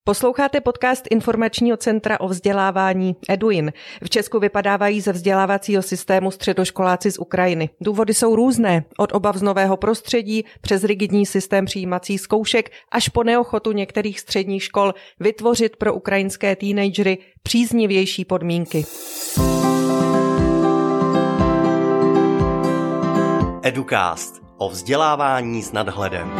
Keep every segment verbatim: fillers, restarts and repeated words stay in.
Posloucháte podcast Informačního centra o vzdělávání Eduin. V Česku vypadávají ze vzdělávacího systému středoškoláci z Ukrajiny. Důvody jsou různé, od obav z nového prostředí přes rigidní systém přijímacích zkoušek až po neochotu některých středních škol vytvořit pro ukrajinské teenagery příznivější podmínky. Educast o vzdělávání s nadhledem.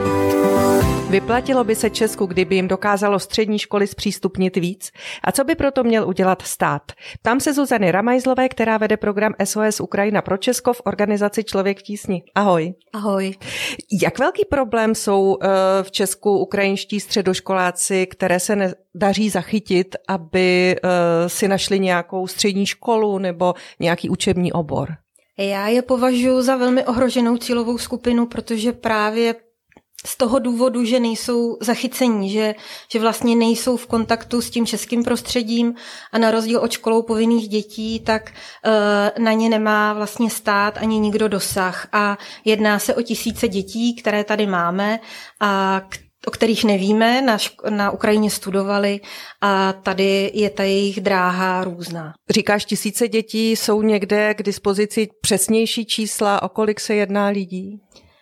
Vyplatilo by se Česku, kdyby jim dokázalo střední školy zpřístupnit víc? A co by proto měl udělat stát? Tam se Zuzany Ramajzlové, která vede program S O S Ukrajina pro Česko v organizaci Člověk v tísni. Ahoj. Ahoj. Jak velký problém jsou uh, v Česku ukrajinští středoškoláci, které se nedaří zachytit, aby uh, si našli nějakou střední školu nebo nějaký učební obor? Já je považuji za velmi ohroženou cílovou skupinu, protože právě z toho důvodu, že nejsou zachycení, že, že vlastně nejsou v kontaktu s tím českým prostředím a na rozdíl od školou povinných dětí, tak e, na ně nemá vlastně stát ani nikdo dosah. A jedná se o tisíce dětí, které tady máme a o kterých nevíme, na, ško- na Ukrajině studovali a tady je ta jejich dráha různá. Říkáš tisíce dětí, jsou někde k dispozici přesnější čísla, o kolik se jedná lidí?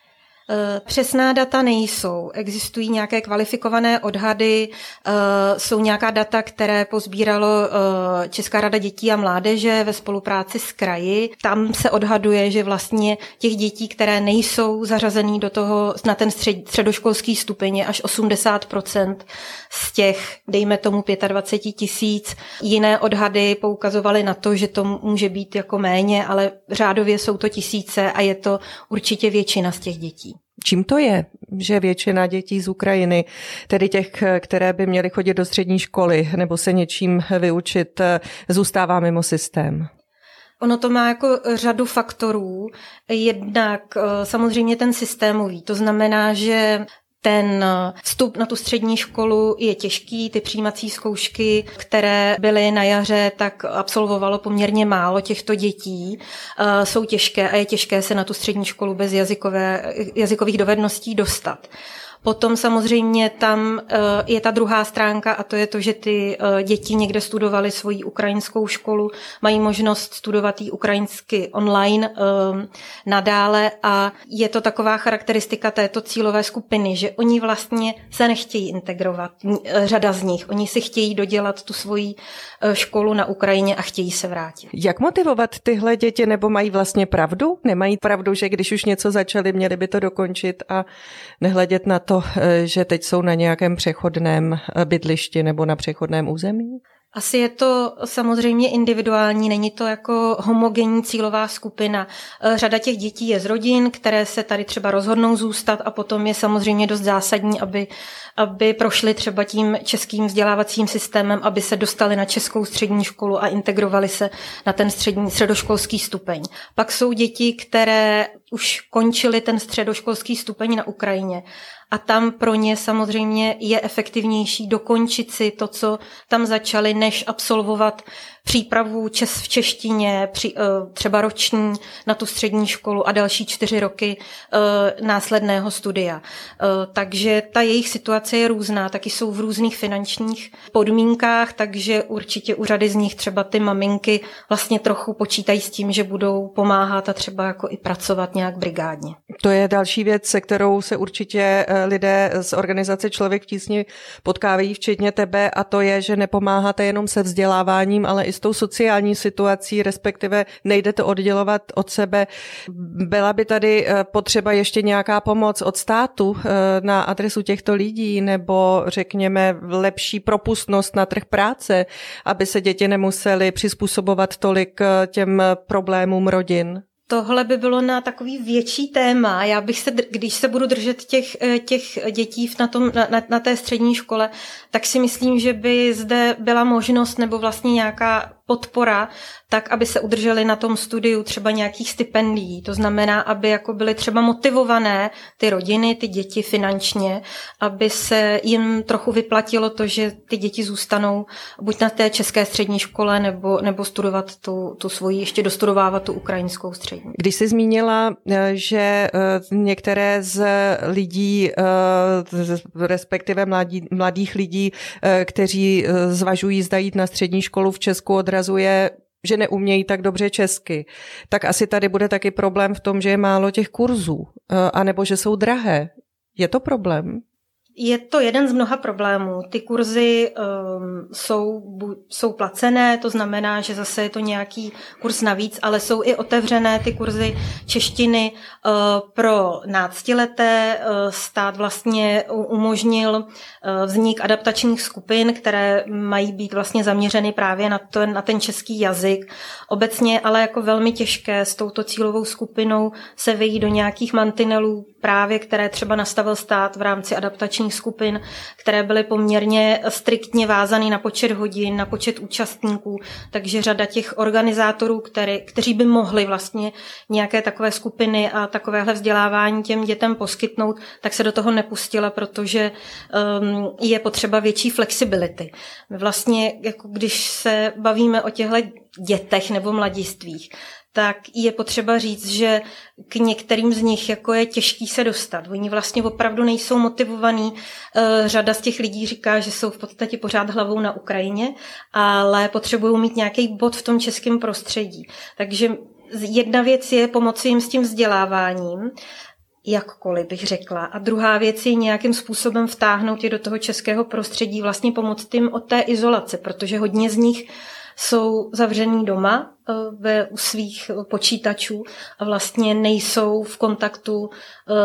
Přesná data nejsou. Existují nějaké kvalifikované odhady, jsou nějaká data, které pozbíralo Česká rada dětí a mládeže ve spolupráci s kraji. Tam se odhaduje, že vlastně těch dětí, které nejsou zařazený do toho na ten střed, středoškolský stupeň, je až osmdesát procent z těch, dejme tomu dvacet pět tisíc. Jiné odhady poukazovaly na to, že to může být jako méně, ale řádově jsou to tisíce a je to určitě většina z těch dětí. Čím to je, že většina dětí z Ukrajiny, tedy těch, které by měly chodit do střední školy nebo se něčím vyučit, zůstává mimo systém? Ono to má jako řadu faktorů. Jednak samozřejmě ten systémový, to znamená, že ten vstup na tu střední školu je těžký, ty přijímací zkoušky, které byly na jaře, tak absolvovalo poměrně málo těchto dětí. Jsou těžké a je těžké se na tu střední školu bez jazykové, jazykových dovedností dostat. Potom samozřejmě tam je ta druhá stránka a to je to, že ty děti někde studovaly svoji ukrajinskou školu, mají možnost studovat ji ukrajinsky online nadále a je to taková charakteristika této cílové skupiny, že oni vlastně se nechtějí integrovat, řada z nich. Oni si chtějí dodělat tu svoji školu na Ukrajině a chtějí se vrátit. Jak motivovat tyhle děti, nebo mají vlastně pravdu? Nemají pravdu, že když už něco začali, měli by to dokončit a nehledět na to, že teď jsou na nějakém přechodném bydlišti nebo na přechodném území? Asi je to samozřejmě individuální, není to jako homogenní cílová skupina. Řada těch dětí je z rodin, které se tady třeba rozhodnou zůstat a potom je samozřejmě dost zásadní, aby, aby prošly třeba tím českým vzdělávacím systémem, aby se dostali na českou střední školu a integrovali se na ten střední, středoškolský stupeň. Pak jsou děti, které už končily ten středoškolský stupeň na Ukrajině. A tam pro ně samozřejmě je efektivnější dokončit si to, co tam začali, než absolvovat přípravu čes v češtině, při, třeba roční na tu střední školu a další čtyři roky následného studia. Takže ta jejich situace je různá, taky jsou v různých finančních podmínkách, takže určitě u řady z nich třeba ty maminky vlastně trochu počítají s tím, že budou pomáhat a třeba jako i pracovat nějak brigádně. To je další věc, se kterou se určitě lidé z organizace Člověk v tísni potkávají, včetně tebe, a to je, že nepomáháte jenom se vzděláváním, ale i s tou sociální situací, respektive nejde to oddělovat od sebe. Byla by tady potřeba ještě nějaká pomoc od státu na adresu těchto lidí, nebo řekněme lepší propustnost na trh práce, aby se děti nemusely přizpůsobovat tolik těm problémům rodin? Tohle by bylo na takový větší téma. Já bych se, když se budu držet těch, těch dětí na, tom, na, na té střední škole, tak si myslím, že by zde byla možnost nebo vlastně nějaká podpora, tak aby se udrželi na tom studiu třeba nějakých stipendií. To znamená, aby jako byly třeba motivované ty rodiny, ty děti finančně, aby se jim trochu vyplatilo to, že ty děti zůstanou buď na té české střední škole, nebo, nebo studovat tu, tu svoji, ještě dostudovávat tu ukrajinskou střední. Když jsi zmínila, že některé z lidí, respektive mladí, mladých lidí, kteří zvažují zda jít na střední školu v Česku, odrazuje, že neumějí tak dobře česky, tak asi tady bude taky problém v tom, že je málo těch kurzů, anebo že jsou drahé. Je to problém? Je to jeden z mnoha problémů. Ty kurzy um, jsou, jsou placené, to znamená, že zase je to nějaký kurz navíc, ale jsou i otevřené ty kurzy češtiny uh, pro náctileté. Uh, stát vlastně umožnil uh, vznik adaptačních skupin, které mají být vlastně zaměřeny právě na, to, na ten český jazyk. Obecně ale jako velmi těžké s touto cílovou skupinou se vejít do nějakých mantinelů, právě které třeba nastavil stát v rámci adaptačních skupin, které byly poměrně striktně vázané na počet hodin, na počet účastníků, takže řada těch organizátorů, který, kteří by mohli vlastně nějaké takové skupiny a takovéhle vzdělávání těm dětem poskytnout, tak se do toho nepustila, protože um, je potřeba větší flexibility. Vlastně, jako když se bavíme o těchto dětech nebo mladistvích, tak je potřeba říct, že k některým z nich jako je těžký se dostat. Oni vlastně opravdu nejsou motivovaní. Řada z těch lidí říká, že jsou v podstatě pořád hlavou na Ukrajině, ale potřebují mít nějaký bod v tom českém prostředí. Takže jedna věc je pomoci jim s tím vzděláváním, jakkoliv bych řekla. A druhá věc je nějakým způsobem vtáhnout je do toho českého prostředí, vlastně pomoct jim od té izolace, protože hodně z nich jsou zavřený doma ve, u svých počítačů a vlastně nejsou v kontaktu uh,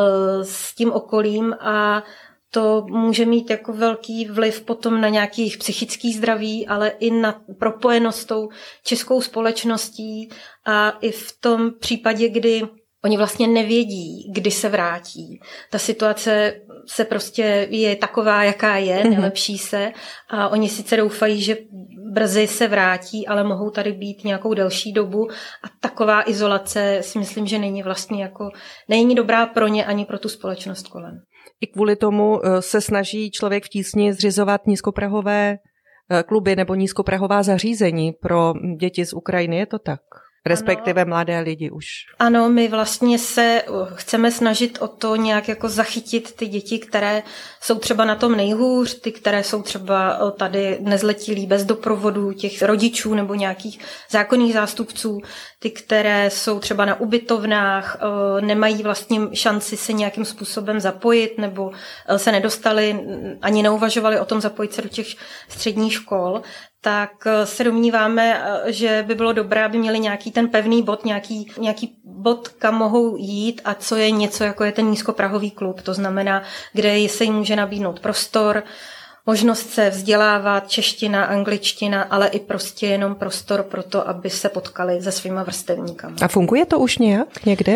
s tím okolím a to může mít jako velký vliv potom na nějaký jejich psychický zdraví, ale i na propojenost s tou českou společností a i v tom případě, kdy oni vlastně nevědí, kdy se vrátí. Ta situace se prostě je taková, jaká je, nelepší se a oni sice doufají, že brzy se vrátí, ale mohou tady být nějakou delší dobu a taková izolace si myslím, že není vlastně jako, není dobrá pro ně ani pro tu společnost kolem. I kvůli tomu se snaží Člověk v tísni zřizovat nízkoprahové kluby nebo nízkoprahová zařízení pro děti z Ukrajiny, je to tak? Respektive ano, mladé lidi už. Ano, my vlastně se chceme snažit o to nějak jako zachytit ty děti, které jsou třeba na tom nejhůř, ty, které jsou třeba tady nezletilí bez doprovodu těch rodičů nebo nějakých zákonných zástupců, ty, které jsou třeba na ubytovnách, nemají vlastně šanci se nějakým způsobem zapojit nebo se nedostali, ani neuvažovali o tom zapojit se do těch středních škol, tak se domníváme, že by bylo dobré, aby měli nějaký ten pevný bod, nějaký, nějaký bod, kam mohou jít a co je něco, jako je ten nízkoprahový klub. To znamená, kde se jim může nabídnout prostor, možnost se vzdělávat, čeština, angličtina, ale i prostě jenom prostor pro to, aby se potkali se svýma vrstevníkama. A funguje to už nějak někde?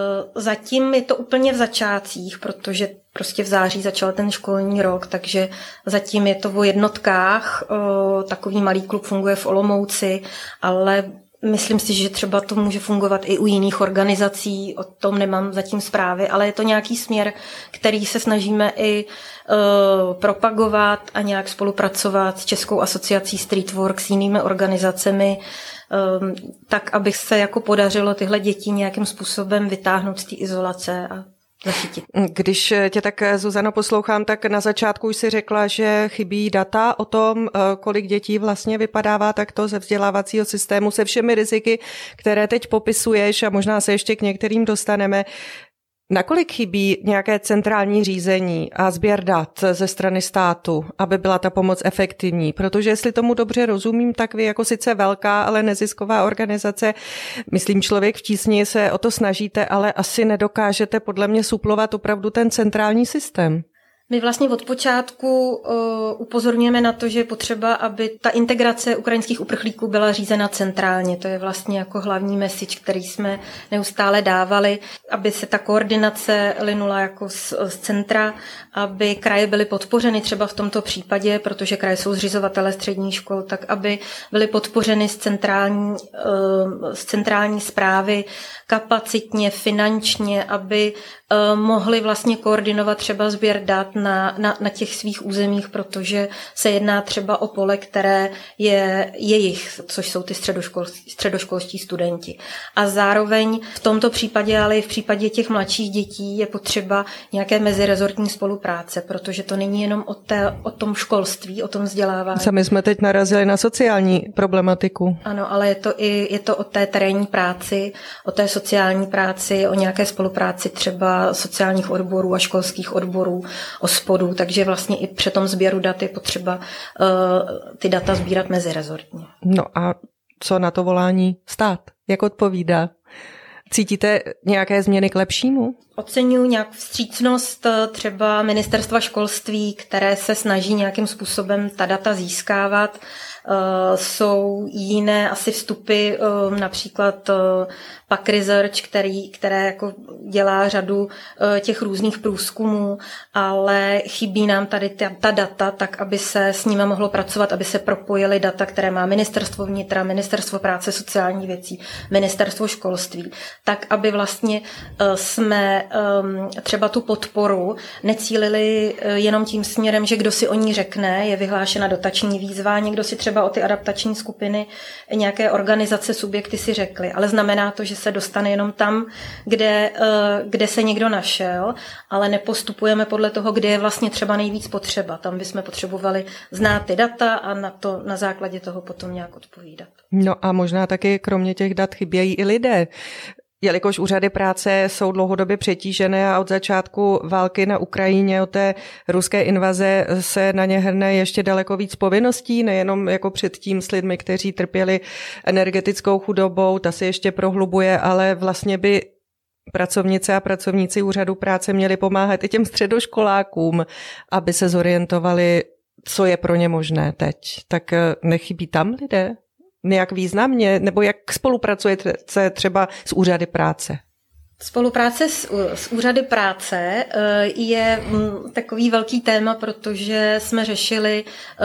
Zatím je to úplně v začátcích, protože prostě v září začal ten školní rok, takže zatím je to o jednotkách. Takový malý klub funguje v Olomouci, ale myslím si, že třeba to může fungovat i u jiných organizací, o tom nemám zatím zprávy, ale je to nějaký směr, který se snažíme i uh, propagovat a nějak spolupracovat s Českou asociací Streetwork, s jinými organizacemi, um, tak, aby se jako podařilo tyhle děti nějakým způsobem vytáhnout z té izolace a zachytit. Když tě tak, Zuzano, poslouchám, tak na začátku už si řekla, že chybí data o tom, kolik dětí vlastně vypadává takto ze vzdělávacího systému se všemi riziky, které teď popisuješ a možná se ještě k některým dostaneme. Nakolik chybí nějaké centrální řízení a sběr dat ze strany státu, aby byla ta pomoc efektivní? Protože jestli tomu dobře rozumím, tak vy jako sice velká, ale nezisková organizace, myslím Člověk v tísni, se o to snažíte, ale asi nedokážete podle mě suplovat opravdu ten centrální systém. My vlastně od počátku uh, upozorňujeme na to, že je potřeba, aby ta integrace ukrajinských uprchlíků byla řízena centrálně. To je vlastně jako hlavní message, který jsme neustále dávali, aby se ta koordinace linula jako z, z centra, aby kraje byly podpořeny třeba v tomto případě, protože kraje jsou zřizovatele středních škol, tak aby byly podpořeny z centrální, uh, z centrální správy kapacitně, finančně, aby uh, mohly vlastně koordinovat třeba sběr dat Na, na, na těch svých územích, protože se jedná třeba o pole, které je jejich, což jsou ty středoškol, středoškolští studenti. A zároveň v tomto případě, ale i v případě těch mladších dětí je potřeba nějaké mezirezortní spolupráce, protože to není jenom o, té, o tom školství, o tom vzdělávání. Sami jsme teď narazili na sociální problematiku. Ano, ale je to i je to o té terénní práci, o té sociální práci, o nějaké spolupráci třeba sociálních odborů a školských odborů, o spodů, takže vlastně i při tom sběru dat je potřeba uh, ty data sbírat mezirezortně. No a co na to volání stát? Jak odpovídá? Cítíte nějaké změny k lepšímu? Oceňuji nějak vstřícnost třeba ministerstva školství, které se snaží nějakým způsobem ta data získávat. Uh, jsou jiné asi vstupy, uh, například uh, Pak Research, který, které jako dělá řadu uh, těch různých průzkumů, ale chybí nám tady ta, ta data, tak aby se s nimi mohlo pracovat, aby se propojily data, které má ministerstvo vnitra, ministerstvo práce sociální věcí, ministerstvo školství, tak aby vlastně uh, jsme um, třeba tu podporu necílili uh, jenom tím směrem, že kdo si o ní řekne, je vyhlášena dotační výzva, někdo si třeba třeba o ty adaptační skupiny nějaké organizace, subjekty si řekly, ale znamená to, že se dostane jenom tam, kde, kde se někdo našel, ale nepostupujeme podle toho, kde je vlastně třeba nejvíc potřeba. Tam bychom potřebovali znát ty data a na, to, na základě toho potom nějak odpovídat. No a možná taky kromě těch dat chybějí i lidé. Jelikož úřady práce jsou dlouhodobě přetížené a od začátku války na Ukrajině, od té ruské invaze se na ně hrne ještě daleko víc povinností, nejenom jako předtím s lidmi, kteří trpěli energetickou chudobou, ta se ještě prohlubuje, ale vlastně by pracovnice a pracovníci úřadu práce měli pomáhat i těm středoškolákům, aby se zorientovali, co je pro ně možné teď. Tak nechybí tam lidé? Nějak významně? Nebo jak spolupracujete třeba s úřady práce? Spolupráce s, s úřady práce je takový velký téma, protože jsme řešili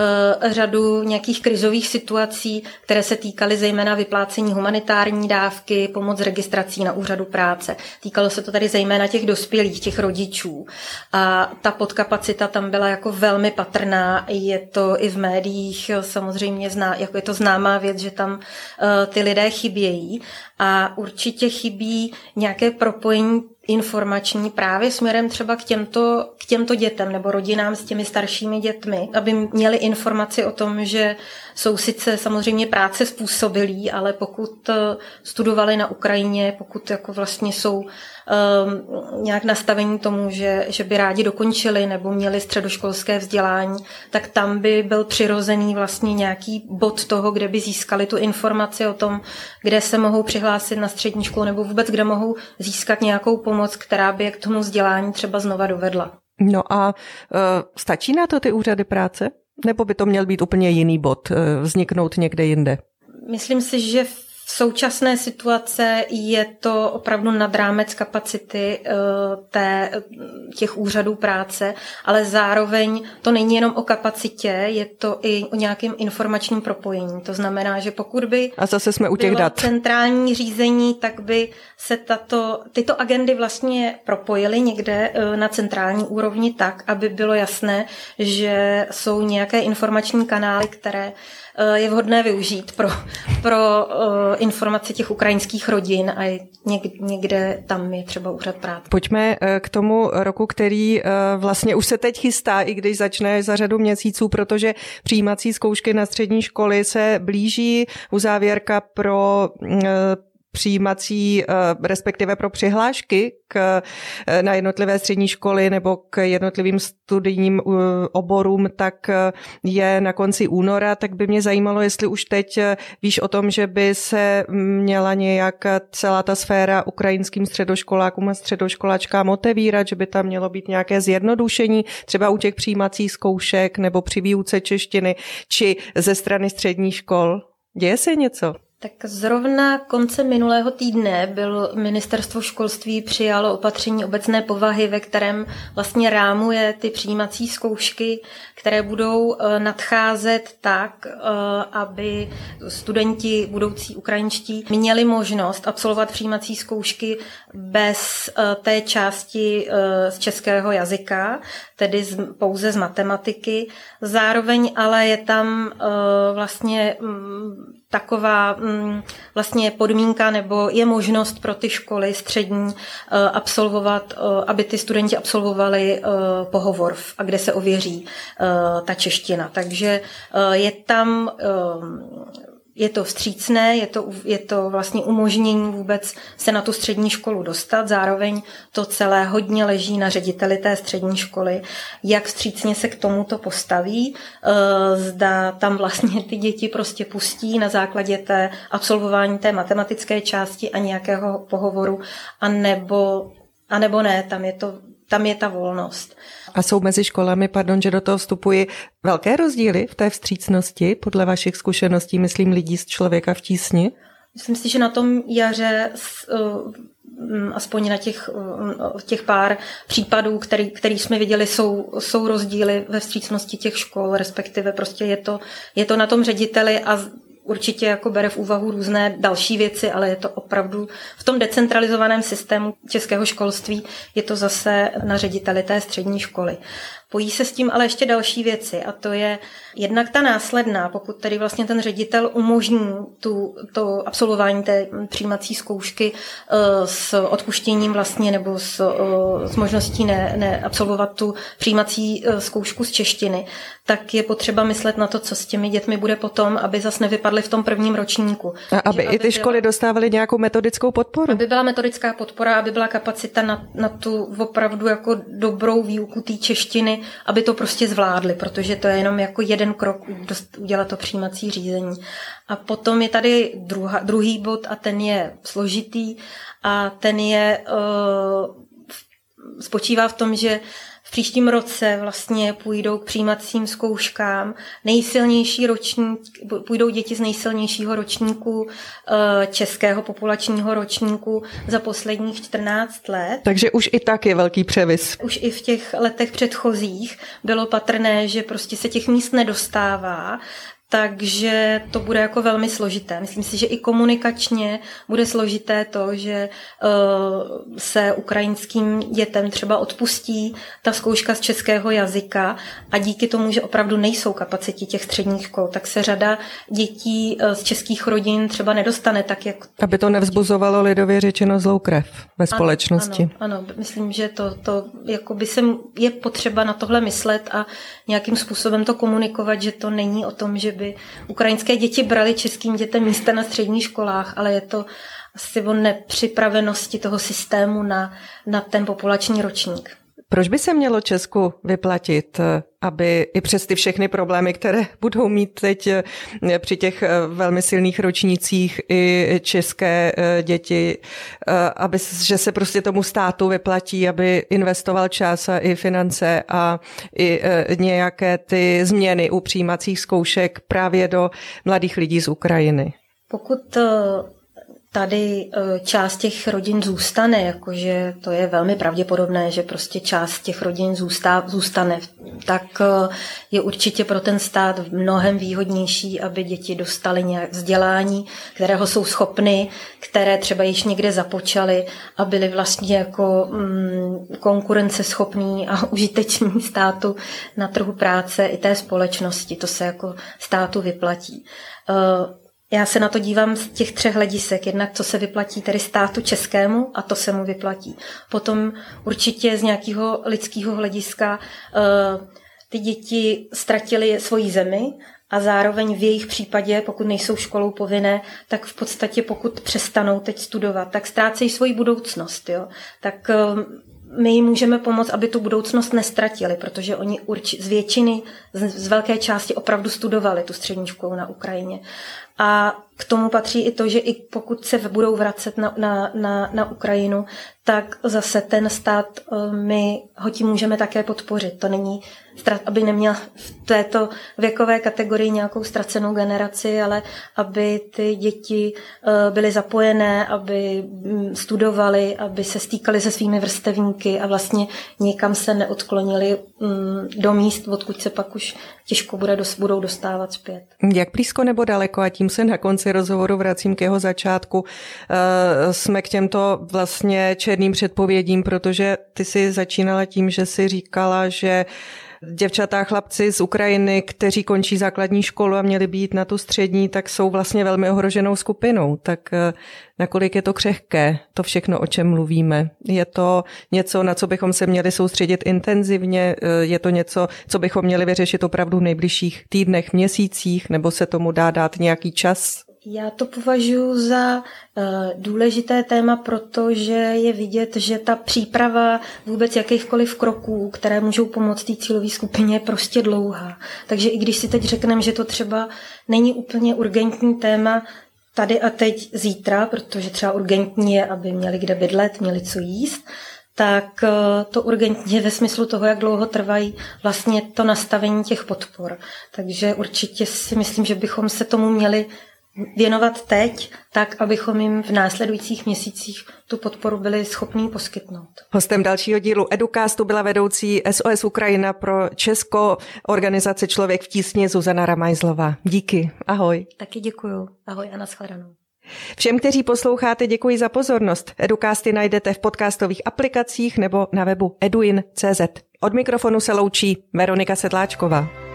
řadu nějakých krizových situací, které se týkaly zejména vyplácení humanitární dávky, pomoc registrací na úřadu práce. Týkalo se to tady zejména těch dospělých, těch rodičů. A ta podkapacita tam byla jako velmi patrná. Je to i v médiích samozřejmě zná, jako je to známá věc, že tam ty lidé chybějí. A určitě chybí nějaké propojení informační právě směrem třeba k těmto, k těmto dětem nebo rodinám s těmi staršími dětmi, aby měli informaci o tom, že jsou sice samozřejmě práce způsobilí, ale pokud studovali na Ukrajině, pokud jako vlastně jsou um, nějak nastavení tomu, že, že by rádi dokončili nebo měli středoškolské vzdělání, tak tam by byl přirozený vlastně nějaký bod toho, kde by získali tu informaci o tom, kde se mohou přihlásit na střední školu nebo vůbec kde mohou získat nějakou pomoc, která by je k tomu vzdělání třeba znova dovedla. No a uh, stačí na to ty úřady práce? Nebo by to měl být úplně jiný bod, uh, vzniknout někde jinde? Myslím si, že v současné situace je to opravdu nad rámec kapacity té, těch úřadů práce, ale zároveň to není jenom o kapacitě, je to i o nějakém informačním propojení. To znamená, že pokud by a zase jsme u těch bylo dat. centrální řízení, tak by se tato, tyto agendy vlastně propojily někde na centrální úrovni tak, aby bylo jasné, že jsou nějaké informační kanály, které je vhodné využít pro, pro uh, informace těch ukrajinských rodin a někde, někde tam je třeba úřad práce. Pojďme k tomu roku, který uh, vlastně už se teď chystá, i když začne za řadu měsíců, protože přijímací zkoušky na střední školy se blíží, uzávěrka pro uh, přijímací, respektive pro přihlášky k, na jednotlivé střední školy nebo k jednotlivým studijním oborům, tak je na konci února, tak by mě zajímalo, jestli už teď víš o tom, že by se měla nějak celá ta sféra ukrajinským středoškolákům a středoškoláčkám otevírat, že by tam mělo být nějaké zjednodušení, třeba u těch přijímacích zkoušek nebo při výuce češtiny, či ze strany středních škol. Děje se něco? Tak zrovna koncem minulého týdne byl ministerstvo školství přijalo opatření obecné povahy, ve kterém vlastně rámuje ty přijímací zkoušky, které budou nadcházet tak, aby studenti budoucí ukrajinští měli možnost absolvovat přijímací zkoušky bez té části z českého jazyka, tedy pouze z matematiky. Zároveň ale je tam vlastně taková vlastně podmínka nebo je možnost pro ty školy střední absolvovat, aby ty studenti absolvovali pohovor, a kde se ověří ta čeština. Takže je tam, je to vstřícné, je to, je to vlastně umožnění vůbec se na tu střední školu dostat. Zároveň to celé hodně leží na řediteli té střední školy, jak vstřícně se k tomuto postaví. Zda tam vlastně ty děti prostě pustí na základě té absolvování té matematické části a nějakého pohovoru, anebo, anebo ne, tam je to tam je ta volnost. A jsou mezi školami, pardon, že do toho vstupují, velké rozdíly v té vstřícnosti, podle vašich zkušeností, myslím, lidí z Člověka v tísni? Myslím si, že na tom jaře, aspoň na těch, těch pár případů, který, který jsme viděli, jsou, jsou rozdíly ve vstřícnosti těch škol, respektive prostě je to, je to na tom řediteli a určitě jako bere v úvahu různé další věci, ale je to opravdu v tom decentralizovaném systému českého školství, je to zase na řediteli té střední školy. Pojí se s tím ale ještě další věci a to je jednak ta následná, pokud tedy vlastně ten ředitel umožní tu, to absolvování té přijímací zkoušky uh, s odpuštěním vlastně nebo s, uh, s možností ne, ne absolvovat tu přijímací uh, zkoušku z češtiny, tak je potřeba myslet na to, co s těmi dětmi bude potom, aby zase nevypadly v tom prvním ročníku. A aby, aby i ty byla, školy dostávaly nějakou metodickou podporu. Aby byla metodická podpora, aby byla kapacita na, na tu opravdu jako dobrou výuku té češtiny, aby to prostě zvládli, protože to je jenom jako jeden krok udělat to přijímací řízení. A potom je tady druha, druhý bod a ten je složitý a ten je uh, spočívá v tom, že v příštím roce vlastně půjdou k přijímacím zkouškám nejsilnější ročník, půjdou děti z nejsilnějšího ročníku českého populačního ročníku za posledních čtrnáct let. Takže už i tak je velký převis. Už i v těch letech předchozích bylo patrné, že prostě se těch míst nedostává, takže to bude jako velmi složité. Myslím si, že i komunikačně bude složité to, že uh, se ukrajinským dětem třeba odpustí ta zkouška z českého jazyka a díky tomu, že opravdu nejsou kapacity těch středních škol, tak se řada dětí uh, z českých rodin třeba nedostane tak, jak... Aby to nevzbuzovalo lidově řečeno zlou krev ve společnosti. Ano, ano, myslím, že to, to jako by se je potřeba na tohle myslet a nějakým způsobem to komunikovat, že to není o tom, že by ukrajinské děti brali českým dětem místa na středních školách, ale je to asi o nepřipravenosti toho systému na, na ten populační ročník. Proč by se mělo Česku vyplatit, aby i přes ty všechny problémy, které budou mít teď při těch velmi silných ročnících i české děti, aby, že se prostě tomu státu vyplatí, aby investoval čas a i finance a i nějaké ty změny u přijímacích zkoušek právě do mladých lidí z Ukrajiny? Pokud tady část těch rodin zůstane, jakože to je velmi pravděpodobné, že prostě část těch rodin zůstá, zůstane, tak je určitě pro ten stát mnohem výhodnější, aby děti dostaly nějak vzdělání, kterého jsou schopny, které třeba již někde započaly a byly vlastně jako mm, konkurenceschopní a užiteční státu na trhu práce i té společnosti. To se jako státu vyplatí. Já se na to dívám z těch třech hledisek. Jednak, co se vyplatí tedy státu českému a to se mu vyplatí. Potom určitě z nějakého lidského hlediska ty děti ztratily svoji zemi a zároveň v jejich případě, pokud nejsou školou povinné, tak v podstatě pokud přestanou teď studovat, tak ztrácejí svoji budoucnost. Jo? Tak my jim můžeme pomoct, aby tu budoucnost nestratili, protože oni urči, z většiny, z, z velké části opravdu studovali tu střední školu na Ukrajině. A k tomu patří i to, že i pokud se budou vracet na, na, na, na Ukrajinu, tak zase ten stát, my ho tím můžeme také podpořit. To není, aby neměl v této věkové kategorii nějakou ztracenou generaci, ale aby ty děti byly zapojené, aby studovali, aby se stýkali se svými vrstevníky a vlastně nikam se neodklonili do míst, odkud se pak už těžko bude, budou dostávat zpět. Jak blízko nebo daleko, a tím se na konci rozhovoru vracím k jeho začátku, jsme k těmto vlastně černým předpovědím, protože ty jsi začínala tím, že jsi říkala, že děvčata a chlapci z Ukrajiny, kteří končí základní školu a měli být na tu střední, tak jsou vlastně velmi ohroženou skupinou. Tak nakolik je to křehké, to všechno, o čem mluvíme? Je to něco, na co bychom se měli soustředit intenzivně? Je to něco, co bychom měli vyřešit opravdu v nejbližších týdnech, měsících, nebo se tomu dá dát nějaký čas? Já to považuji za uh, důležité téma, protože je vidět, že ta příprava vůbec jakýchkoliv kroků, které můžou pomoct té cílové skupině, je prostě dlouhá. Takže i když si teď řekneme, že to třeba není úplně urgentní téma tady a teď zítra, protože třeba urgentní je, aby měli kde bydlet, měli co jíst, tak to urgentně ve smyslu toho, jak dlouho trvají vlastně to nastavení těch podpor. Takže určitě si myslím, že bychom se tomu měli věnovat teď, tak, abychom jim v následujících měsících tu podporu byli schopní poskytnout. Hostem dalšího dílu Educastu byla vedoucí S O S Ukrajina pro Česko, organizace Člověk v tísni Zuzana Ramajzlová. Díky, ahoj. Taky děkuju, ahoj a nashledanou. Všem, kteří posloucháte, děkuji za pozornost. Educasty najdete v podcastových aplikacích nebo na webu eduin tečka cé zet. Od mikrofonu se loučí Veronika Sedláčková.